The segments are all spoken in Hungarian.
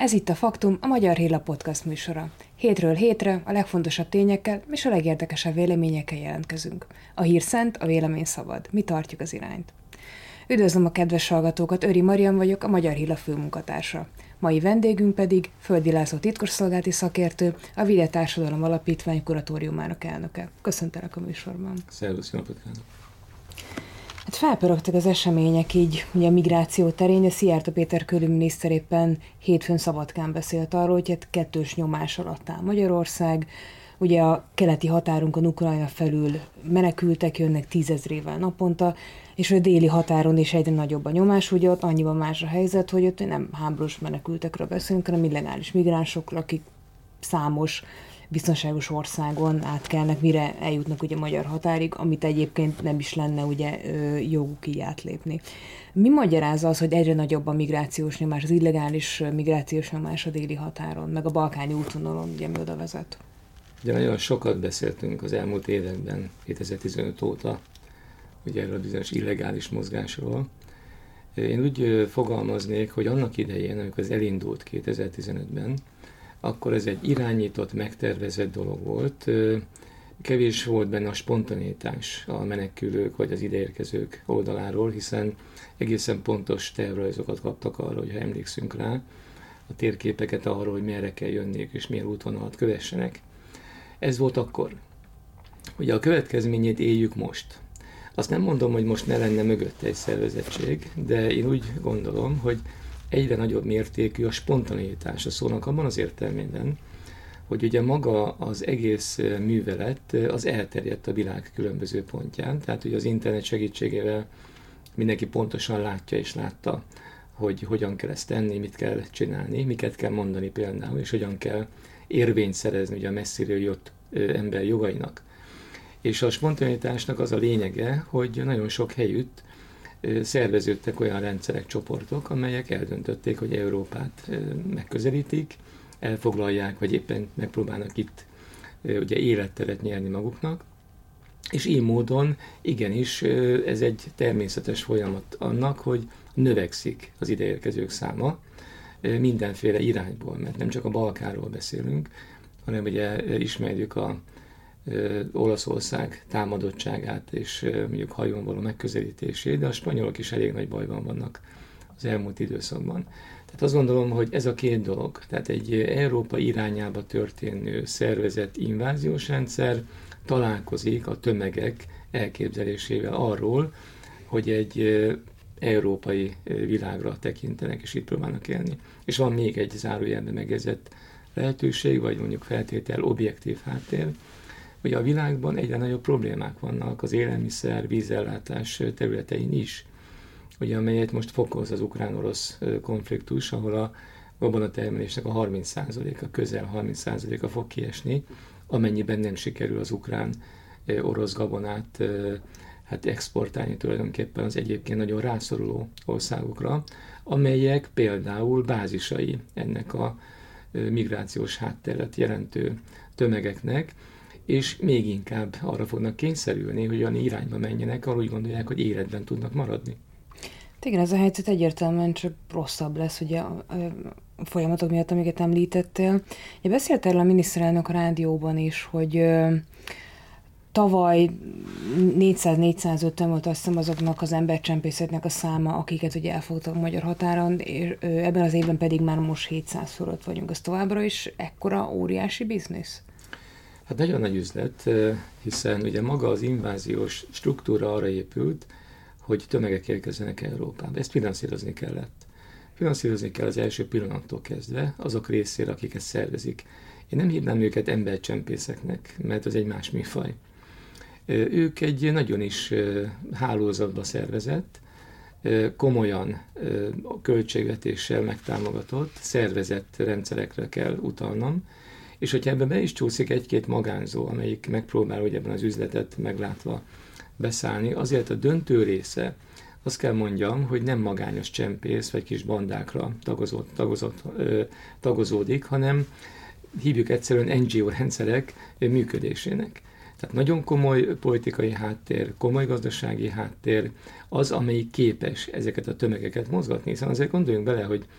Ez itt a Faktum, a Magyar Hírlap podcast műsora. Hétről hétre a legfontosabb tényekkel és a legérdekesebb véleményekkel jelentkezünk. A hír szent, a vélemény szabad. Mi tartjuk az irányt. Üdvözlöm a kedves hallgatókat, Őri Marian vagyok, a Magyar Hírlap főmunkatársa. Mai vendégünk pedig Földi László titkosszolgálati szakértő, a Vide Társadalom Alapítvány kuratóriumának elnöke. Köszöntelek a műsorban. Szervusz, jó napot kívánok! Hát felpörögtek az események így, ugye a migráció terén, a Szijjártó Péter külügyminiszter éppen hétfőn Szabadkán beszélt arról, hogy hát kettős nyomás alatt áll Magyarország. Ugye a keleti határunkon Ukrajna felül menekültek jönnek 10 000-ével naponta, és a déli határon is egyre nagyobb a nyomás, ugye ott annyiban más a helyzet, hogy ott nem háborús menekültekről beszélünk, hanem illegális migránsokról, akik számos biztonságos országon átkelnek, mire eljutnak ugye a magyar határig, amit egyébként nem is lenne ugye joguk így átlépni. Mi magyarázza az, hogy egyre nagyobb a migrációs nyomás, az illegális migrációs nyomás a déli határon, meg a balkáni útvonalon, ugye mi oda vezet? Ugye nagyon sokat beszéltünk az elmúlt években, 2015 óta, ugye erről a bizonyos illegális mozgásról. Én úgy fogalmaznék, hogy annak idején, amikor ez elindult 2015-ben, akkor ez egy irányított, megtervezett dolog volt. Kevés volt benne a spontanitás a menekülők vagy az ideérkezők oldaláról, hiszen egészen pontos tervrajzokat kaptak arra, hogyha emlékszünk rá, a térképeket arról, hogy merre kell jönniük és milyen útvonalat kövessenek. Ez volt akkor. Ugye a következményét éljük most. Azt nem mondom, hogy most ne lenne mögötte egy szervezettség, de én úgy gondolom, hogy egyre nagyobb mértékű a spontaneitás a szónak abban az értelmében, hogy ugye maga az egész művelet az elterjedt a világ különböző pontján, tehát ugye az internet segítségével mindenki pontosan látja és látta, hogy hogyan kell ezt tenni, mit kell csinálni, miket kell mondani például, és hogyan kell érvényt szerezni ugye a messziről jött ember jogainak. És a spontanitásnak az a lényege, hogy nagyon sok helyütt szerveződtek olyan rendszerek, csoportok, amelyek eldöntötték, hogy Európát megközelítik, elfoglalják, vagy éppen megpróbálnak itt ugye életteret nyerni maguknak. És így módon igenis ez egy természetes folyamat annak, hogy növekszik az ideérkezők száma mindenféle irányból, mert nem csak a Balkánról beszélünk, hanem ugye ismerjük a Olaszország támadottságát és mondjuk hajón való megközelítését, de a spanyolok is elég nagy bajban vannak az elmúlt időszakban. Tehát azt gondolom, hogy ez a két dolog, tehát egy Európa irányába történő szervezett inváziós rendszer találkozik a tömegek elképzelésével arról, hogy egy európai világra tekintenek és itt próbálnak élni. És van még egy zárójelben megjegyzett lehetőség, vagy mondjuk feltétel, objektív háttér. Ugye a világban egyre nagyobb problémák vannak az élelmiszer, vízellátás területein is, ugye, amelyet most fokoz az ukrán-orosz konfliktus, ahol a gabonatermelésnek a 30%-a, közel 30%-a fog kiesni, amennyiben nem sikerül az ukrán-orosz gabonát exportálni tulajdonképpen az egyébként nagyon rászoruló országokra, amelyek például bázisai ennek a migrációs hátteret jelentő tömegeknek, és még inkább arra fognak kényszerülni, hogy olyan irányba menjenek, ahol úgy gondolják, hogy életben tudnak maradni. Igen, ez a helyzet egyértelműen csak rosszabb lesz ugye a folyamatok miatt, amiket említettél. Beszélt a miniszterelnök a rádióban is, hogy tavaly 400-450 volt azt hiszem azoknak az embercsempészetnek a száma, akiket ugye elfogtak a magyar határon, és ebben az évben pedig már most 700 fölött vagyunk. Ez továbbra is ekkora óriási biznisz? Hát nagyon nagy üzlet, hiszen ugye maga az inváziós struktúra arra épült, hogy tömegek érkezzenek Európába. Ezt finanszírozni kellett. Finanszírozni kell az első pillanattól kezdve azok részére, akik ezt szervezik. Én nem hívnám őket embercsempészeknek, mert az egy más műfaj. Ők egy nagyon is hálózatba szervezett, komolyan költségvetéssel megtámogatott, szervezett rendszerekre kell utalnom, és hogyha ebben be is csúszik egy-két magánzó, amelyik megpróbál hogy ebben az üzletet meglátva beszállni, azért a döntő része, azt kell mondjam, hogy nem magányos csempész vagy kis bandákra tagozódik, hanem hívjuk egyszerűen NGO rendszerek működésének. Tehát nagyon komoly politikai háttér, komoly gazdasági háttér az, amelyik képes ezeket a tömegeket mozgatni, hiszen azért gondoljunk bele, hogy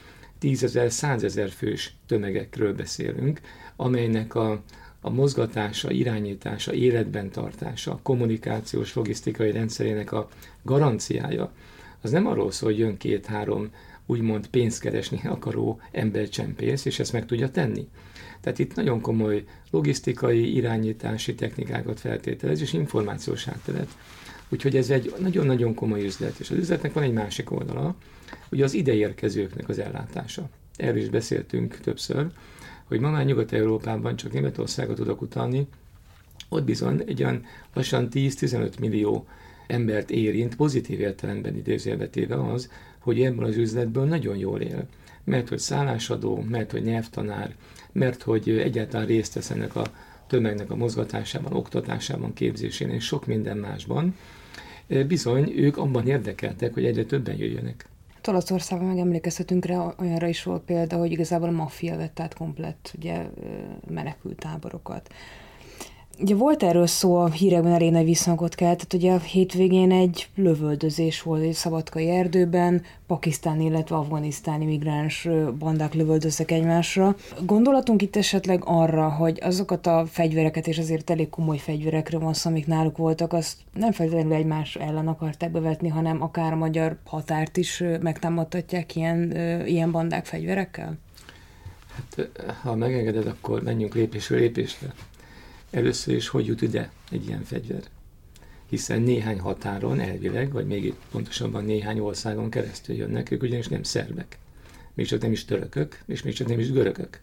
10 000, 100 000 fős tömegekről beszélünk, amelynek a mozgatása, irányítása, életben tartása, kommunikációs, logisztikai rendszerének a garanciája, az nem arról szól, hogy jön 2-3 úgymond pénzt keresni akaró embercsempész, és ezt meg tudja tenni. Tehát itt nagyon komoly logisztikai, irányítási technikákat feltételez, és információs hátteret. Úgyhogy ez egy nagyon-nagyon komoly üzlet, és az üzletnek van egy másik oldala, ugye az ideérkezőknek az ellátása. Erről is beszéltünk többször, hogy ma már Nyugat-Európában csak Németországot tudok utalni, ott bizony egy olyan lassan 10-15 millió embert érint, pozitív értelemben idézőjelbe téve az, hogy ebből az üzletből nagyon jól él. Mert hogy szállásadó, mert hogy nyelvtanár, mert hogy egyáltalán részt vesz ennek a tömegnek a mozgatásában, oktatásában, képzésén és sok minden másban, bizony ők abban érdekeltek, hogy egyre többen jöjjenek. Olaszországban meg emlékezhetünk rá, olyanra is volt példa, hogy igazából a maffia vett át komplett ugye, menekülttáborokat. Ugye volt erről szó, a hírekben elég nagy visszhangot keltett, ugye a hétvégén egy lövöldözés volt egy szabadkai erdőben, pakisztáni, illetve afganisztáni migráns bandák lövöldöztek egymásra. Gondolatunk itt esetleg arra, hogy azokat a fegyvereket, és azért elég komoly fegyverekről van szó, amik náluk voltak, azt nem feltétlenül egymás ellen akarták bevetni, hanem akár a magyar határt is megtámadtatják ilyen bandák fegyverekkel? Hát, ha megengeded, akkor menjünk lépésről lépésre. Először is, hogy jut ide egy ilyen fegyver? Hiszen néhány határon elvileg, vagy még pontosabban néhány országon keresztül jönnek, ők ugyanis nem szerbek, még csak nem is törökök, és még csak nem is görögök,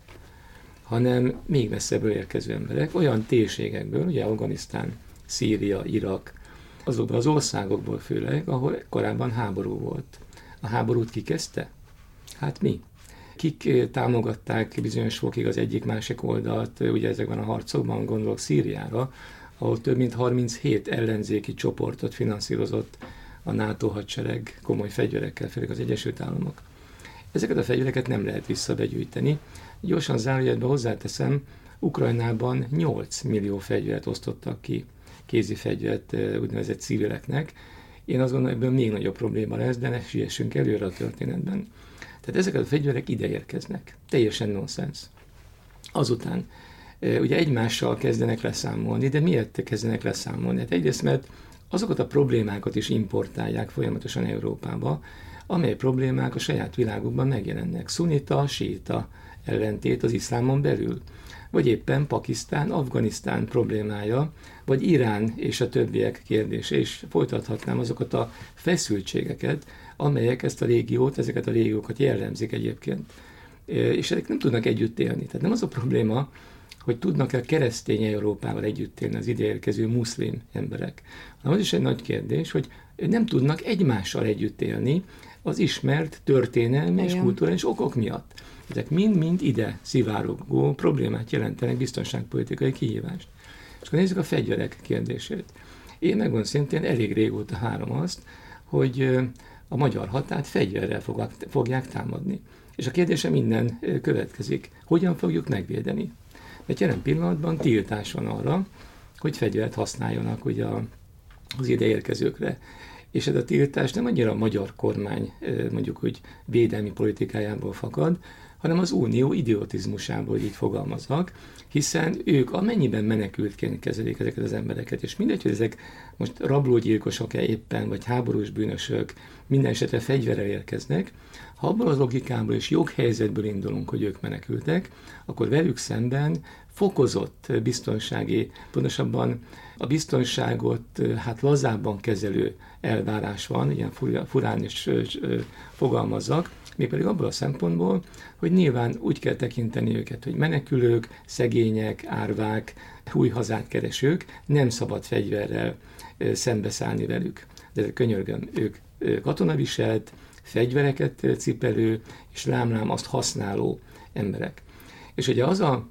hanem még messzebbről érkező emberek, olyan térségekből, ugye Afganisztán, Szíria, Irak, azokból az országokból főleg, ahol korábban háború volt. A háborút ki kezdte? Hát mi? Kik támogatták bizonyos fokig az egyik-másik oldalt, ugye ezekben a harcokban, gondolok Szíriára, ahol több mint 37 ellenzéki csoportot finanszírozott a NATO hadsereg komoly fegyverekkel, főleg az Egyesült Államok. Ezeket a fegyvereket nem lehet visszabegyűjteni. Gyorsan zárójelbe hozzáteszem, Ukrajnában 8 millió fegyvert osztottak ki, kézi fegyvert úgynevezett civileknek. Én azt gondolom, ebből még nagyobb probléma lesz, de ne siessünk előre a történetben. Tehát ezeket a fegyverek ide érkeznek. Teljesen nonsens. Azután ugye egymással kezdenek leszámolni, de miért kezdenek leszámolni? Hát egyrészt, mert azokat a problémákat is importálják folyamatosan Európába, amely problémák a saját világukban megjelennek. Szunita, síita ellentét az iszlámon belül, vagy éppen Pakisztán, Afganisztán problémája, vagy Irán és a többiek kérdése, és folytathatnám azokat a feszültségeket, amelyek ezeket a régiókat jellemzik egyébként. És ezek nem tudnak együtt élni. Tehát nem az a probléma, hogy tudnak-e keresztény Európával együtt élni az ideérkező muszlim emberek, hanem az is egy nagy kérdés, hogy nem tudnak egymással együtt élni az ismert történelmi és kulturális okok miatt. Ezek mind-mind ide szivárogó problémát jelentenek, biztonságpolitikai kihívást. És akkor nézzük a fegyverek kérdését. Én megmondom szintén elég régóta várom azt, hogy a magyar határt fegyverrel fogják támadni. És a kérdésem minden következik. Hogyan fogjuk megvédeni? Mert jelen pillanatban tiltás van arra, hogy fegyvert használjanak ugye az ideérkezőkre. És ez a tiltás nem annyira a magyar kormány mondjuk úgy védelmi politikájából fakad, hanem az unió idiotizmusából, így fogalmaznak, hiszen ők amennyiben menekültként kezelik ezeket az embereket, és mindegy, hogy ezek most rablógyilkosok-e éppen, vagy háborús bűnösök, minden esetre fegyverrel érkeznek, ha abból az logikából és joghelyzetből indulunk, hogy ők menekültek, akkor velük szemben fokozott biztonsági, pontosabban a biztonságot hát lazábban kezelő elvárás van, ilyen furán is fogalmazzak, mégpedig abból a szempontból, hogy nyilván úgy kell tekinteni őket, hogy menekülők, szegények, árvák, új hazát keresők, nem szabad fegyverrel szembeszállni velük. De könyörgöm, ők katonaviselt, fegyvereket cipelő, és lámlám azt használó emberek. És ugye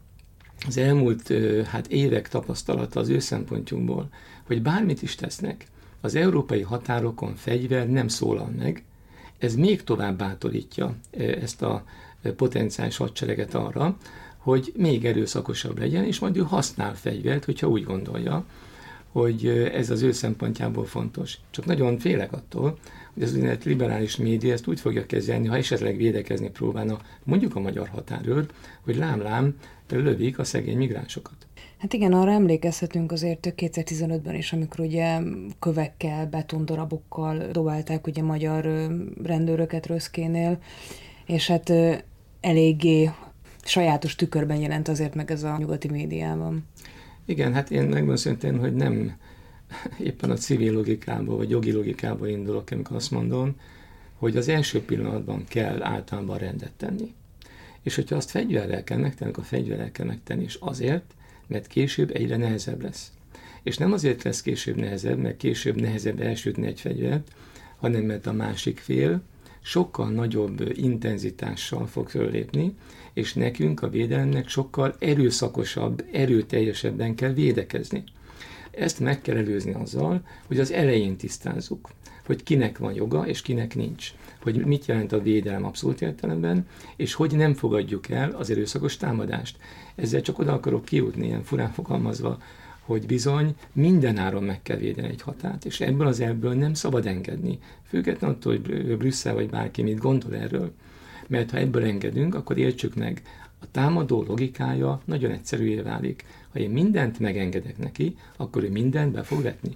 az elmúlt évek tapasztalata az ő szempontjunkból, hogy bármit is tesznek, az európai határokon fegyver nem szólal meg, ez még tovább bátorítja ezt a potenciális hadsereget arra, hogy még erőszakosabb legyen, és majd ő használ fegyvert, hogyha úgy gondolja, hogy ez az ő szempontjából fontos. Csak nagyon félek attól, hogy az úgynevezett liberális média ezt úgy fogja kezelni, ha esetleg védekezni próbálna mondjuk a magyar határőr, hogy lám-lám lövik a szegény migránsokat. Hát igen, arra emlékezhetünk azért 2015-ben is, amikor ugye kövekkel, betondarabokkal dobálták ugye magyar rendőröket Röszkénél, és hát eléggé sajátos tükörben jelent azért meg ez a nyugati médiában. Igen, hát én megmondom szintén, hogy nem éppen a civil logikából, vagy jogi logikából indulok, amikor azt mondom, hogy az első pillanatban kell általában rendet tenni. És hogyha azt fegyverrel kell megtenni, akkor fegyverrel kell megtenni, és azért, mert később egyre nehezebb lesz. És nem azért lesz később nehezebb, mert később nehezebb elsütni egy fegyvert, hanem mert a másik fél sokkal nagyobb intenzitással fog föllépni, és nekünk, a védelemnek sokkal erőszakosabb, erőteljesebben kell védekezni. Ezt meg kell előzni azzal, hogy az elején tisztázzuk, hogy kinek van joga, és kinek nincs. Hogy mit jelent a védelem abszolút értelemben, és hogy nem fogadjuk el az erőszakos támadást. Ezzel csak oda akarok kijutni, ilyen furán fogalmazva, hogy bizony mindenáron meg kell védeni egy határt, és ebből az elvből nem szabad engedni. Függetlenül attól, hogy Brüsszel vagy bárki mit gondol erről. Mert ha ebből engedünk, akkor értsük meg, a támadó logikája nagyon egyszerűvé válik. Ha én mindent megengedek neki, akkor ő mindent be fog vetni.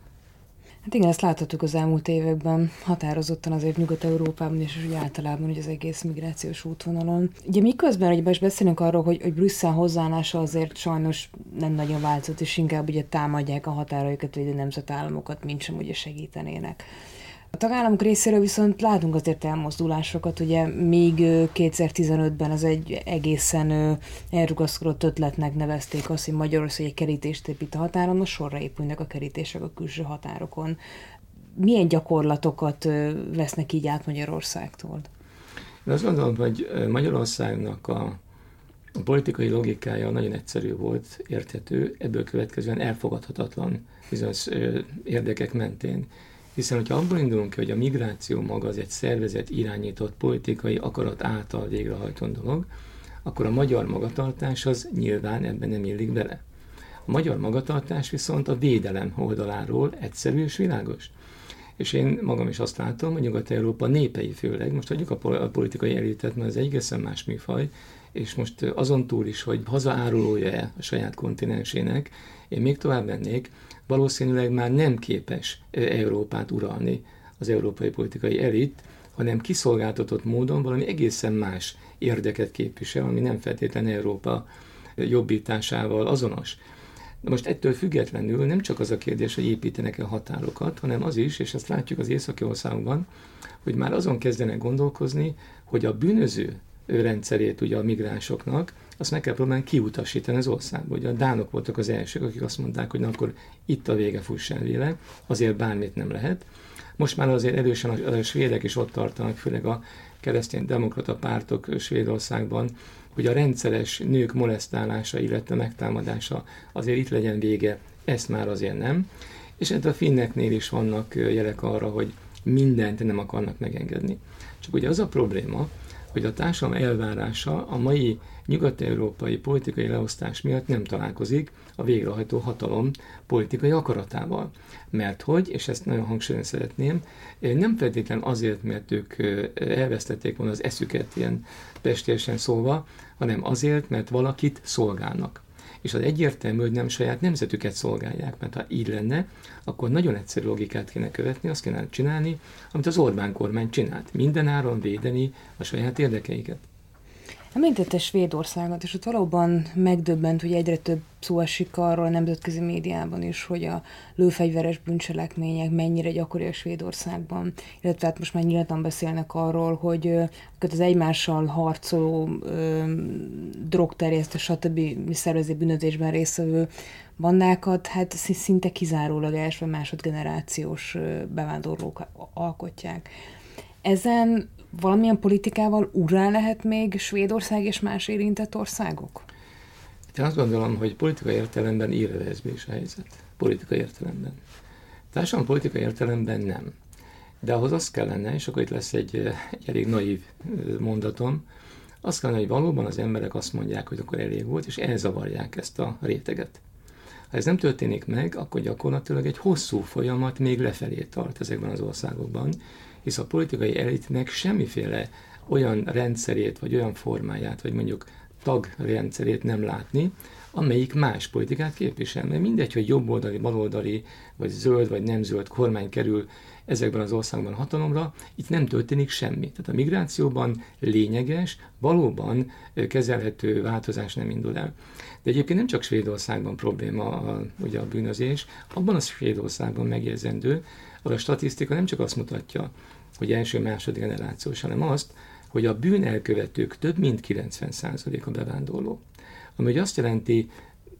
Hát igen, ezt láthatjuk az elmúlt években, határozottan azért Nyugat-Európában és úgy általában hogy az egész migrációs útvonalon. Ugye miközben ugye is beszélünk arról, hogy Brüsszel hozzáállása azért sajnos nem nagyon változott, és inkább ugye támadják a határaikat védő nemzetállamokat, mint sem ugye segítenének. A tagállamok részéről viszont látunk azért elmozdulásokat, ugye még 2015-ben az egy egészen elrugaszkodott ötletnek nevezték azt, hogy Magyarország egy kerítést épít a határon, most sorra épülnek a kerítések a külső határokon. Milyen gyakorlatokat vesznek így át Magyarországtól? Én azt gondolom, hogy Magyarországnak a politikai logikája nagyon egyszerű volt, érthető, ebből következően elfogadhatatlan bizonyos érdekek mentén. Hiszen, hogyha abból indulunk ki, hogy a migráció maga az egy szervezet irányított politikai akarat által végrehajtott dolog, akkor a magyar magatartás az nyilván ebben nem illik bele. A magyar magatartás viszont a védelem oldaláról egyszerű és világos. És én magam is azt látom, hogy Nyugat-Európa népei főleg, most hagyjuk a politikai elitet, mert ez egy egészen más műfaj, és most azon túl is, hogy hazaárulója a saját kontinensének, én még tovább mennék, valószínűleg már nem képes Európát uralni az európai politikai elit, hanem kiszolgáltatott módon valami egészen más érdeket képvisel, ami nem feltétlenül Európa jobbításával azonos. De most ettől függetlenül nem csak az a kérdés, hogy építenek-e határokat, hanem az is, és ezt látjuk az északi országban, hogy már azon kezdenek gondolkozni, hogy a bűnöző rendszerét ugye a migránsoknak, azt meg kell próbálni kiutasítani az országba. Ugye a dánok voltak az elsők, akik azt mondták, hogy na akkor itt a vége, fuss el vele, azért bármit nem lehet. Most már azért erősen a svédek is ott tartanak, főleg a keresztény demokrata pártok Svédországban, hogy a rendszeres nők molesztálása, illetve megtámadása azért itt legyen vége, ezt már azért nem. És a finneknél is vannak jelek arra, hogy mindent nem akarnak megengedni. Csak ugye az a probléma, hogy a társadalom elvárása a mai nyugat-európai politikai leosztás miatt nem találkozik a végrehajtó hatalom politikai akaratával. Mert hogy, és ezt nagyon hangsúlyozni szeretném, nem feltétlenül azért, mert ők elvesztették volna az eszüket ilyen pestélyesen szólva, hanem azért, mert valakit szolgálnak. És az egyértelmű, hogy nem saját nemzetüket szolgálják, mert ha így lenne, akkor nagyon egyszerű logikát kéne követni, azt kéne csinálni, amit az Orbán kormány csinált. Mindenáron védeni a saját érdekeiket. Említette Svédországot, és ott valóban megdöbbent, hogy egyre több szó esik arról a nemzetközi médiában is, hogy a lőfegyveres bűncselekmények mennyire gyakoriak Svédországban, illetve hát most már nyíltan beszélnek arról, hogy az egymással harcoló, drogterjesztő, stb. Szervezett bűnözésben résztvevő bandákat, hát szinte kizárólag első vagy másodgenerációs bevándorlók alkotják. Ezen valamilyen politikával urrá lehet még Svédország és más érintett országok? Én azt gondolom, hogy politikai értelemben irreversibilis is a helyzet. Politikai értelemben. Társadalmi politikai értelemben nem. De ahhoz az kellene, és akkor itt lesz egy elég naív mondatom, az kellene, hogy valóban az emberek azt mondják, hogy akkor elég volt, és elzavarják ezt a réteget. Ha ez nem történik meg, akkor gyakorlatilag egy hosszú folyamat még lefelé tart ezekben az országokban, hisz a politikai elitnek semmiféle olyan rendszerét, vagy olyan formáját, vagy mondjuk tagrendszerét nem látni, amelyik más politikát képvisel. Mert mindegy, hogy jobboldali, baloldali, vagy zöld, vagy nem zöld kormány kerül ezekben az országban hatalomra, itt nem történik semmi. Tehát a migrációban lényeges, valóban kezelhető változás nem indul el. De egyébként nem csak Svédországban probléma ugye a bűnözés, abban a Svédországban megjegyzendő, a statisztika nem csak azt mutatja, hogy első-második generációs, hanem azt, hogy a bűnelkövetők több mint 90% a bevándorló. Ami azt jelenti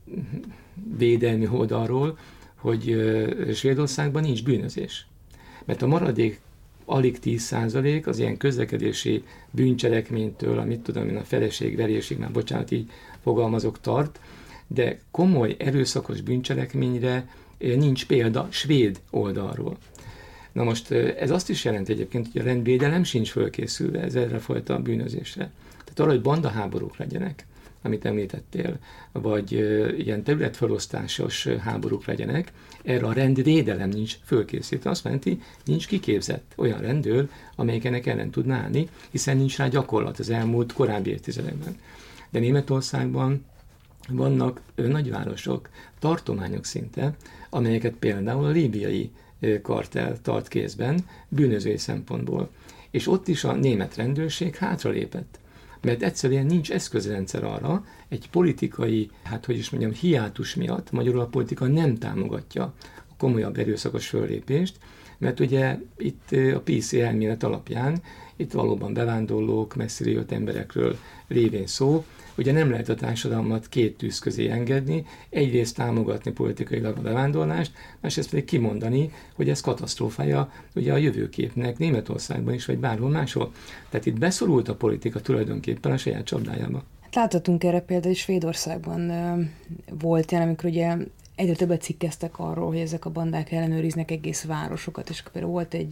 védelmi oldalról, hogy Svédországban nincs bűnözés. Mert a maradék alig 10% az ilyen közlekedési bűncselekménytől, amit tudom én, a feleségverésig, már bocsánat, így fogalmazok, tart, de komoly, erőszakos bűncselekményre nincs példa svéd oldalról. Na most ez azt is jelenti egyébként, hogy a rendvédelem sincs fölkészülve erre a fajta bűnözésre. Tehát arra, hogy bandaháborúk legyenek, amit említettél, vagy ilyen területfelosztásos háborúk legyenek, erre a rendvédelem nincs fölkészítve. Azt jelenti, nincs kiképzett olyan rendőr, amelyik ennek ellen tudna állni, hiszen nincs rá gyakorlat az elmúlt korábbi évtizedekben. De Németországban vannak nagyvárosok, tartományok szinte, amelyeket például a líbiai kartel tart kézben bűnözői szempontból. És ott is a német rendőrség hátralépett. Mert egyszerűen nincs eszközrendszer arra, egy politikai, hiátus miatt, magyarul a politika nem támogatja a komolyabb erőszakos föllépést, mert ugye itt a PC elmélet alapján, itt valóban bevándorlók, messzire jött emberekről lévén szó, ugye nem lehet a társadalmat két tűz közé engedni, egyrészt támogatni politikailag a bevándorlást, másrészt pedig kimondani, hogy ez katasztrófája ugye a jövőképnek Németországban is, vagy bárhol máshol. Tehát itt beszorult a politika tulajdonképpen a saját csapdájába. Láthatunk erre például is Svédországban volt ilyen, amikor ugye egyre többet cikkeztek arról, hogy ezek a bandák ellenőriznek egész városokat, és például volt egy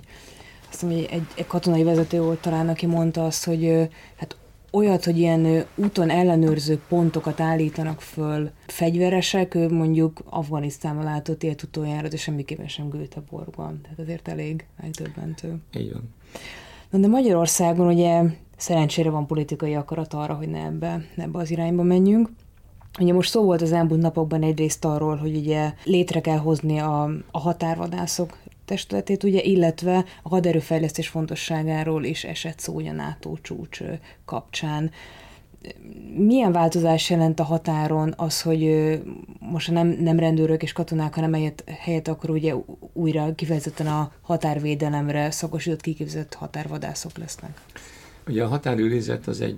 katonai vezető volt talán, aki mondta azt, hogy olyat, hogy ilyen úton ellenőrző pontokat állítanak föl fegyveresek, ő mondjuk Afganisztánban látott ilyet utoljára, de semmiképpen sem Göteborgban. Tehát azért elég megdöbbentő. Így van. Na, de Magyarországon ugye szerencsére van politikai akarat arra, hogy ne ebbe az irányba menjünk. Ugye most szó volt az elmúlt napokban egyrészt arról, hogy ugye létre kell hozni a határvadászok testületét, ugye, illetve a haderőfejlesztés fontosságáról is esett szó a NATO csúcs kapcsán. Milyen változás jelent a határon az, hogy most nem rendőrök és katonák, hanem helyett akkor ugye újra kifejezetten a határvédelemre szakosított, kiképzett határvadászok lesznek? Ugye a határőrizet az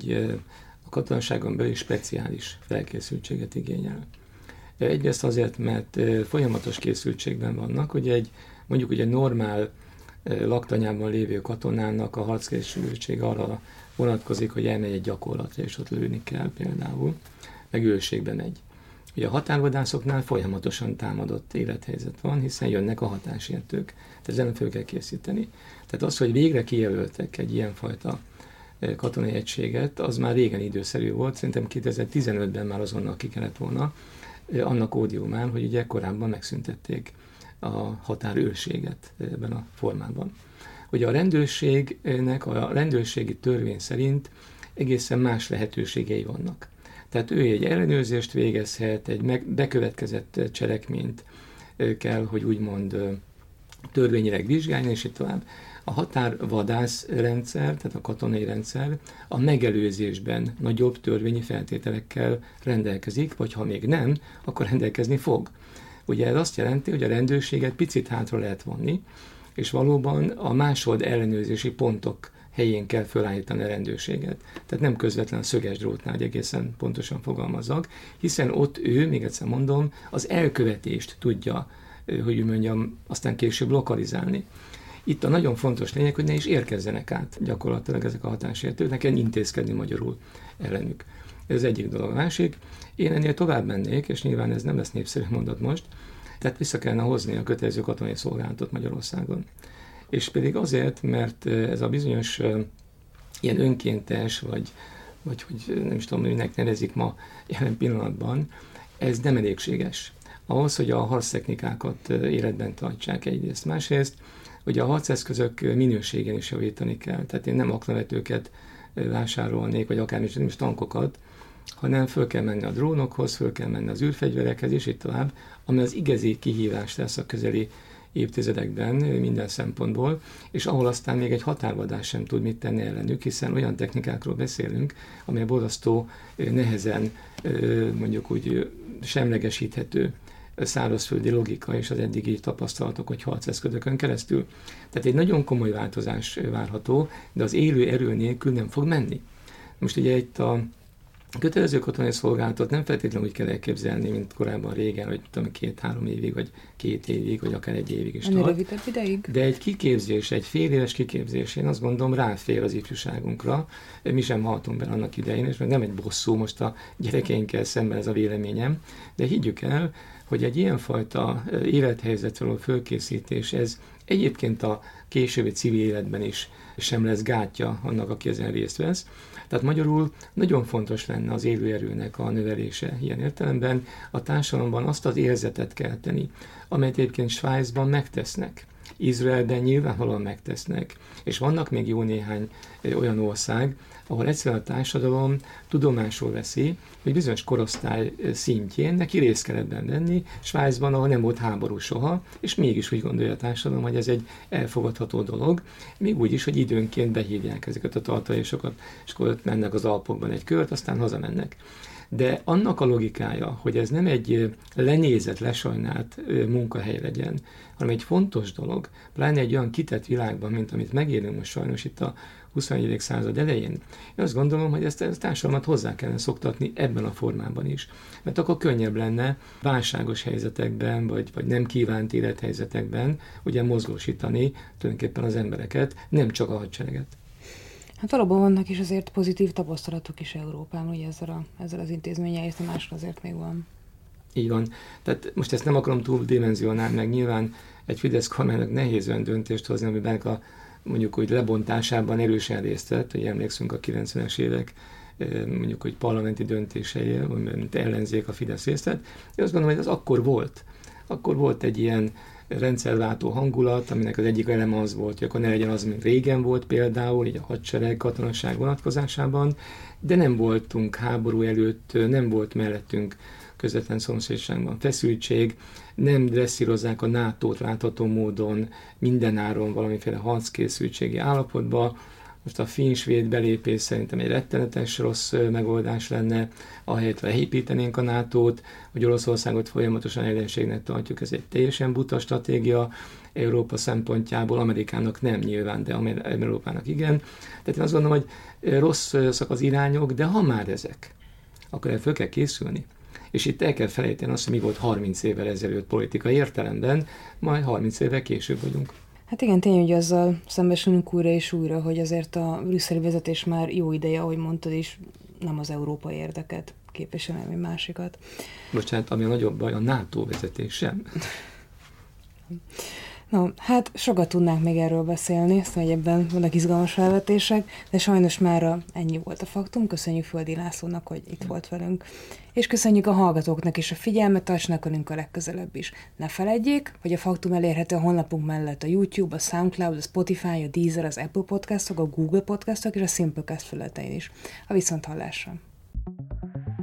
a katonaságon belül speciális felkészültséget igényel. Egyrészt azért, mert folyamatos készültségben vannak, hogy mondjuk egy normál laktanyában lévő katonának a harckészültség arra vonatkozik, hogy elmegy egy gyakorlatra, és ott lőni kell például, meg őrségbe megy. Ugye a határvadászoknál folyamatosan támadott élethelyzet van, hiszen jönnek a hatásértők. Tehát ezen föl kell készíteni. Tehát az, hogy végre kijelöltek egy ilyenfajta katonai egységet, az már régen időszerű volt, szerintem 2015-ben már azonnal ki kellett volna, annak ódiumán, hogy ugye korábban megszüntették a határőrséget ebben a formában. Ugye a rendőrségnek a rendőrségi törvény szerint egészen más lehetőségei vannak. Tehát ő egy ellenőrzést végezhet, egy bekövetkezett cselekményt kell, hogy úgymond törvényileg vizsgálni, és így tovább. A határvadász rendszer, tehát a katonai rendszer a megelőzésben nagyobb törvényi feltételekkel rendelkezik, vagy ha még nem, akkor rendelkezni fog. Ugye ez azt jelenti, hogy a rendőrséget picit hátra lehet vonni, és valóban a másod ellenőrzési pontok helyén kell felállítani a rendőrséget. Tehát nem közvetlen a szöges drótnál, hogy egészen pontosan fogalmazzak, hiszen ott ő, még egyszer mondom, az elkövetést tudja, hogy mondjam, aztán később lokalizálni. Itt a nagyon fontos lényeg, hogy ne is érkezzenek át gyakorlatilag ezek a hatásértők, ne kell intézkedni magyarul ellenük. Ez az egyik dolog. A másik, én ennél tovább mennék, és nyilván ez nem lesz népszerű mondat most, tehát vissza kellene hozni a kötelező katonai szolgálatot Magyarországon. És pedig azért, mert ez a bizonyos ilyen önkéntes, vagy hogy nem is tudom, minek nevezik ma jelen pillanatban, ez nem elégséges. ahhoz, hogy a harctechnikákat életben tartsák egyrészt. Másrészt, hogy a harceszközök minőségén is javítani kell. Tehát én nem aknavetőket vásárolnék, vagy akár nem is tankokat, hanem föl kell menni a drónokhoz, föl kell menni az űrfegyverekhez, és így tovább, ami az igazi kihívás lesz a közeli évtizedekben minden szempontból, és ahol aztán még egy határvadás sem tud mit tenni ellenük, hiszen olyan technikákról beszélünk, amely borzasztó nehezen mondjuk úgy semlegesíthető szárazföldi logika és az eddigi tapasztalatok, hogy harceszközökön keresztül. Tehát egy nagyon komoly változás várható, de az élő erő nélkül nem fog menni. Most ugye itt a kötelező katonai szolgálatot nem feltétlenül úgy kell elképzelni, mint korábban régen, hogy 2-3 évig, vagy 2 évig, vagy akár 1 évig is tart. Rövidebb ideig. De egy kiképzés, egy fél éves kiképzés, én azt gondolom ráfér az ifjúságunkra. Mi sem haltunk bele annak idején, és nem egy bosszú most a gyerekeinkkel szemben ez a véleményem, de higgyük el, hogy egy ilyenfajta élethelyzetről fölkészítés, ez egyébként a későbbi civil életben is sem lesz gátja annak, aki ezen részt vesz. Tehát magyarul nagyon fontos lenne az élőerőnek a növelése ilyen értelemben. A társadalomban azt az érzetet kelteni, amelyet egyébként Svájcban megtesznek. Izraelben nyilvánvalóan megtesznek, és vannak még jó néhány olyan ország, ahol egyszerűen a társadalom tudomásul veszi, hogy bizonyos korosztály szintjén neki részt kellett benne venni, Svájcban, ahol nem volt háború soha, és mégis úgy gondolja a társadalom, hogy ez egy elfogadható dolog, még úgy is, hogy időnként behívják ezeket a tartalékokat, és akkor mennek az Alpokban egy kört, aztán hazamennek. De annak a logikája, hogy ez nem egy lenézett, lesajnált munkahely legyen, hanem egy fontos dolog, pláne egy olyan kitett világban, mint amit megélünk most sajnos itt a 21. század elején. Én azt gondolom, hogy ezt a társadalmat hozzá kellene szoktatni ebben a formában is. Mert akkor könnyebb lenne válságos helyzetekben, vagy nem kívánt élethelyzetekben ugye mozgósítani tulajdonképpen az embereket, nem csak a hadsereget. Hát valóban vannak is azért pozitív tapasztalatok is Európában, ugye ezzel az intézménnyel, és másra azért még van. Így van. Tehát most ezt nem akarom túl dimenzionálni, meg nyilván egy Fidesz kormánynak nehéz olyan döntést hozni, amiben a mondjuk úgy lebontásában erősen részt vett, hogy emlékszünk a 90-es évek mondjuk hogy parlamenti döntései, mint ellenzék a Fidesz részt vett. Én azt gondolom, hogy az akkor volt. Akkor volt egy ilyen rendszerváltó hangulat, aminek az egyik eleme az volt, hogy akkor ne legyen az, mint régen volt például, így a hadsereg, katonasság vonatkozásában, de nem voltunk háború előtt, nem volt mellettünk közvetlen szomszédságban feszültség, nem dresszírozzák a NATO-t látható módon mindenáron valamiféle harckészültségi állapotba. Most a finn-svéd belépés szerintem egy rettenetes rossz megoldás lenne, ahelyett leépítenénk a NATO-t, hogy Oroszországot folyamatosan ellenségnek tartjuk, ez egy teljesen buta stratégia Európa szempontjából, Amerikának nem nyilván, de Európának igen. Tehát én azt gondolom, hogy rosszak az irányok, de ha már ezek, akkor el föl kell készülni. És itt el kell felejteni azt, hogy mi volt 30 évvel ezelőtt politikai értelemben, majd 30 évvel később vagyunk. Hát igen, tényleg, hogy azzal szembesülünk újra és újra, hogy azért a brüsszeli vezetés már jó ideje, ahogy mondtad is, nem az európai érdeket képvisel, hanem másikat. Bocsánat, ami a nagyobb baj, a NATO vezetés sem. No, hát sokat tudnánk még erről beszélni, szóval hogy ebben vannak izgalmas felvetések, de sajnos mára ennyi volt a faktum. Köszönjük Földi Lászlónak, hogy itt volt velünk. És köszönjük a hallgatóknak is a figyelmet, tartsanak velünk a legközelebb is. Ne feledjék, hogy a faktum elérhető a honlapunk mellett a YouTube, a SoundCloud, a Spotify, a Deezer, az Apple Podcastok, a Google Podcastok és a Simplecast felületein is. A viszonthallásra!